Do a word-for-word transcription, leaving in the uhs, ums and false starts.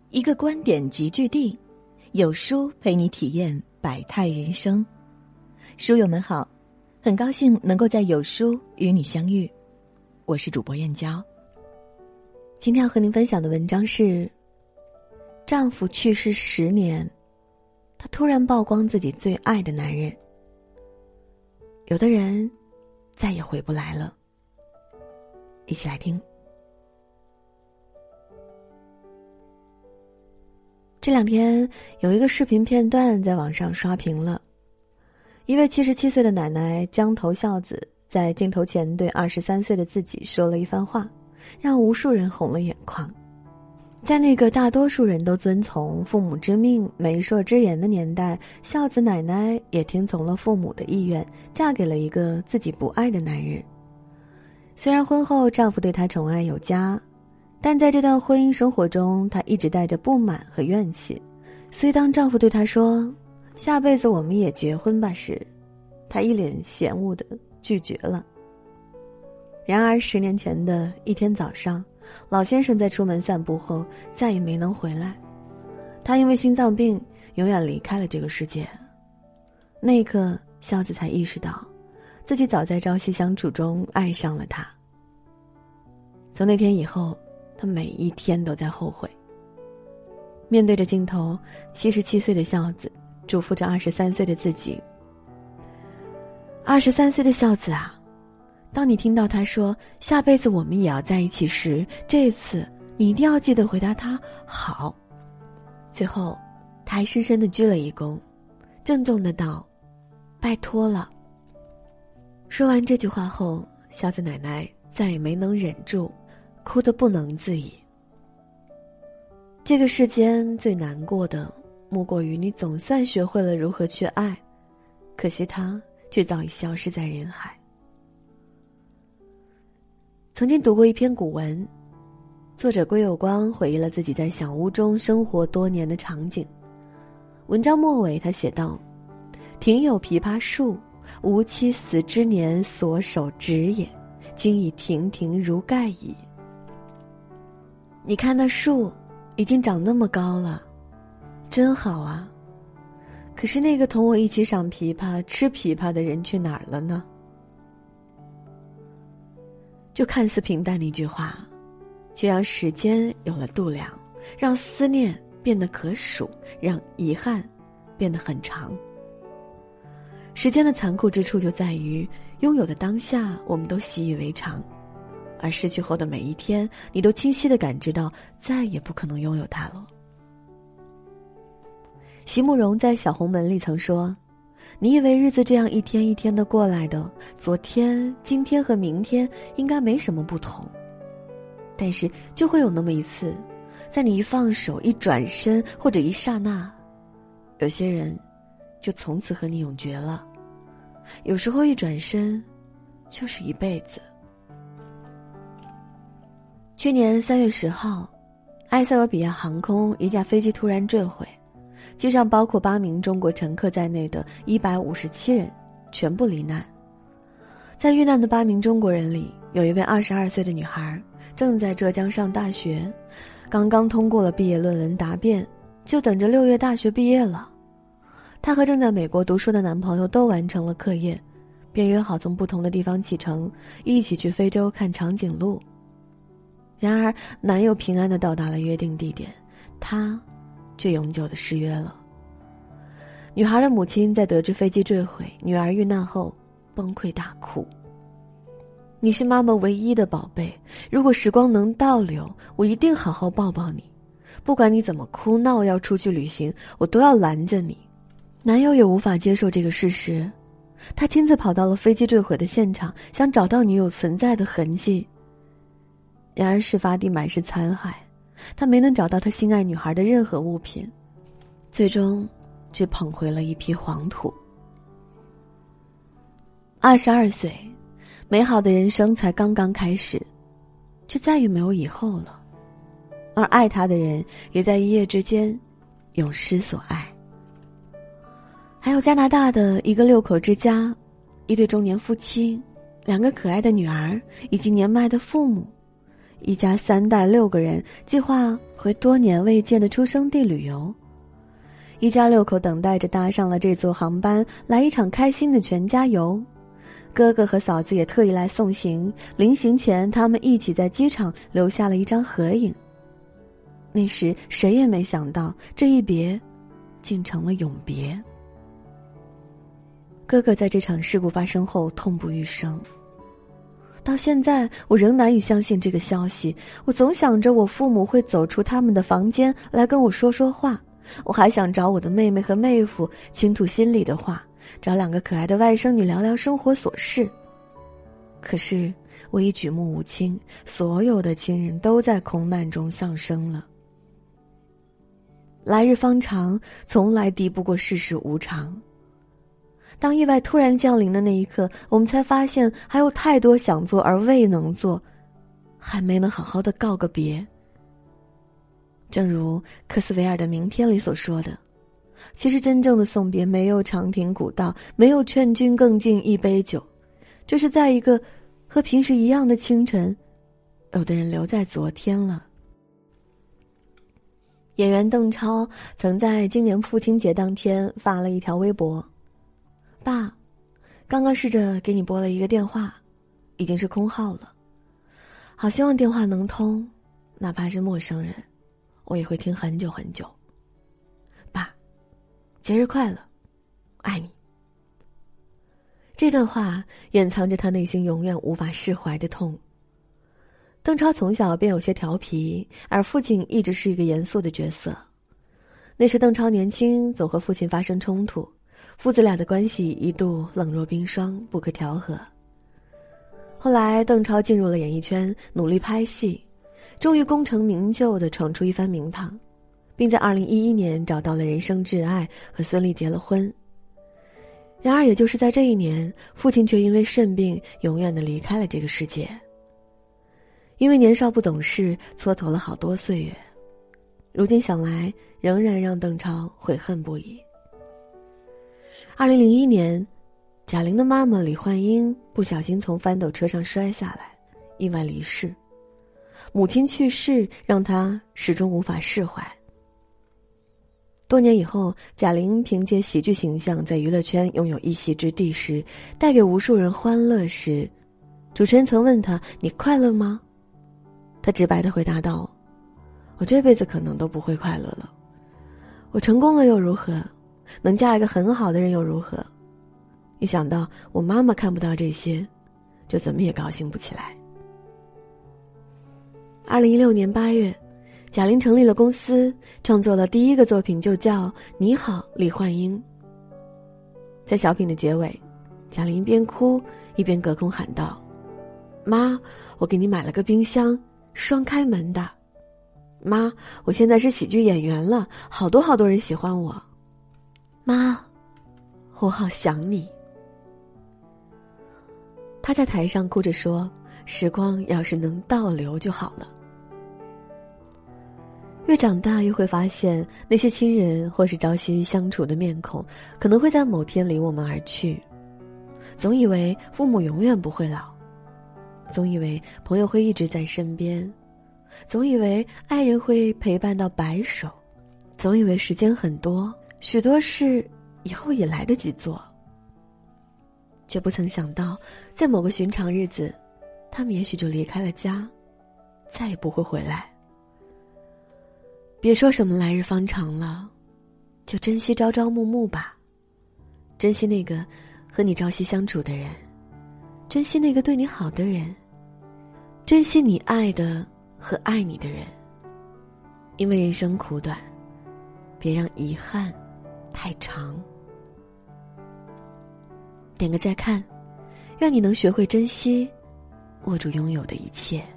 一个观点集聚地，有书陪你体验百态人生。书友们好，很高兴能够在有书与你相遇，我是主播燕娇。今天要和您分享的文章是：丈夫去世十年，她突然曝光自己最爱的男人。有的人再也回不来了。一起来听。这两天有一个视频片段在网上刷屏了，一位七十七岁的奶奶江头孝子在镜头前对二十三岁的自己说了一番话，让无数人红了眼眶。在那个大多数人都遵从父母之命媒妁之言的年代，孝子奶奶也听从了父母的意愿，嫁给了一个自己不爱的男人。虽然婚后丈夫对她宠爱有加，但在这段婚姻生活中，她一直带着不满和怨气。所以当丈夫对她说下辈子我们也结婚吧时，她一脸嫌恶地拒绝了。然而十年前的一天早上，老先生在出门散步后再也没能回来，他因为心脏病永远离开了这个世界。那一刻，孝子才意识到自己早在朝夕相处中爱上了他。从那天以后，他每一天都在后悔。面对着镜头，七十七岁的孝子嘱咐着二十三岁的自己：二十三岁的孝子啊，当你听到他说下辈子我们也要在一起时，这次你一定要记得回答他好。最后他还深深地鞠了一躬，郑重地道：拜托了。说完这句话后，孝子奶奶再也没能忍住，哭得不能自已。这个世间最难过的莫过于你总算学会了如何去爱，可惜他却早已消失在人海。曾经读过一篇古文，作者归有光回忆了自己在小屋中生活多年的场景。文章末尾他写道：庭有枇杷树，吾妻死之年所手植也，今已亭亭如盖矣。你看那树已经长那么高了，真好啊。可是那个同我一起赏枇杷吃枇杷的人去哪儿了呢？就看似平淡的一句话，却让时间有了度量，让思念变得可数，让遗憾变得很长。时间的残酷之处就在于，拥有的当下我们都习以为常，而失去后的每一天，你都清晰地感知到再也不可能拥有它了。席慕容在《小红门》里曾说，你以为日子这样一天一天的过来的，昨天、今天和明天应该没什么不同，但是就会有那么一次，在你一放手、一转身或者一刹那，有些人就从此和你永绝了。有时候一转身就是一辈子。去年三月十号，埃塞俄比亚航空一架飞机突然坠毁，机上包括八名中国乘客在内的一百五十七人全部罹难。在遇难的八名中国人里，有一位二十二岁的女孩，正在浙江上大学，刚刚通过了毕业论文答辩，就等着六月大学毕业了。她和正在美国读书的男朋友都完成了课业，便约好从不同的地方启程，一起去非洲看长颈鹿。然而男友平安地到达了约定地点，她却永久地失约了。女孩的母亲在得知飞机坠毁、女儿遇难后崩溃大哭。你是妈妈唯一的宝贝，如果时光能倒流，我一定好好抱抱你，不管你怎么哭闹要出去旅行，我都要拦着你。男友也无法接受这个事实，他亲自跑到了飞机坠毁的现场，想找到女友存在的痕迹。然而事发地满是残骸，他没能找到他心爱女孩的任何物品，最终只捧回了一批黄土。二十二岁，美好的人生才刚刚开始，却再也没有以后了。而爱他的人也在一夜之间永失所爱。还有加拿大的一个六口之家，一对中年夫妻，两个可爱的女儿以及年迈的父母， 一家三代六个人计划回多年未见的出生地旅游。一家六口等待着搭上了这座航班，来一场开心的全家游。哥哥和嫂子也特意来送行，临行前他们一起在机场留下了一张合影。那时谁也没想到，这一别竟成了永别。哥哥在这场事故发生后痛不欲生。到现在我仍难以相信这个消息，我总想着我父母会走出他们的房间来跟我说说话，我还想找我的妹妹和妹夫倾吐心里的话，找两个可爱的外甥女聊聊生活琐事。可是我已举目无亲，所有的亲人都在空难中丧生了。来日方长，从来敌不过世事无常。当意外突然降临的那一刻，我们才发现还有太多想做而未能做，还没能好好的告个别。正如科斯维尔的《明天》里所说的，其实真正的送别没有长亭古道，没有劝君更尽一杯酒，就是在一个和平时一样的清晨，有的人留在昨天了。演员邓超曾在今年父亲节当天发了一条微博：爸，刚刚试着给你拨了一个电话，已经是空号了，好希望电话能通，哪怕是陌生人，我也会听很久很久。爸，节日快乐，爱你。这段话掩藏着他内心永远无法释怀的痛。邓超从小便有些调皮，而父亲一直是一个严肃的角色。那时邓超年轻，总和父亲发生冲突，父子俩的关系一度冷若冰霜，不可调和。后来邓超进入了演艺圈，努力拍戏，终于功成名就地闯出一番名堂，并在二零一一年找到了人生挚爱，和孙俪结了婚。然而也就是在这一年，父亲却因为肾病永远地离开了这个世界。因为年少不懂事，蹉跎了好多岁月，如今想来仍然让邓超悔恨不已。二零零一年，贾玲的妈妈李焕英不小心从翻斗车上摔下来，意外离世。母亲去世让她始终无法释怀。多年以后，贾玲凭借喜剧形象在娱乐圈拥有一席之地时，带给无数人欢乐时，主持人曾问她：你快乐吗？她直白地回答道：我这辈子可能都不会快乐了，我成功了又如何，能嫁一个很好的人又如何，一想到我妈妈看不到这些，就怎么也高兴不起来。二零一六年八月，贾玲成立了公司，创作了第一个作品，就叫《你好，李焕英》。在小品的结尾，贾玲一边哭一边隔空喊道：妈，我给你买了个冰箱，双开门的。妈，我现在是喜剧演员了，好多好多人喜欢我。妈，我好想你。她在台上哭着说：时光要是能倒流就好了。越长大越会发现，那些亲人或是朝夕相处的面孔，可能会在某天离我们而去。总以为父母永远不会老，总以为朋友会一直在身边，总以为爱人会陪伴到白首，总以为时间很多，许多事以后也来得及做，却不曾想到，在某个寻常日子，他们也许就离开了家，再也不会回来。别说什么来日方长了，就珍惜朝朝暮暮吧，珍惜那个和你朝夕相处的人，珍惜那个对你好的人，珍惜你爱的和爱你的人。因为人生苦短，别让遗憾太长。点个再看，愿你能学会珍惜，握住拥有的一切。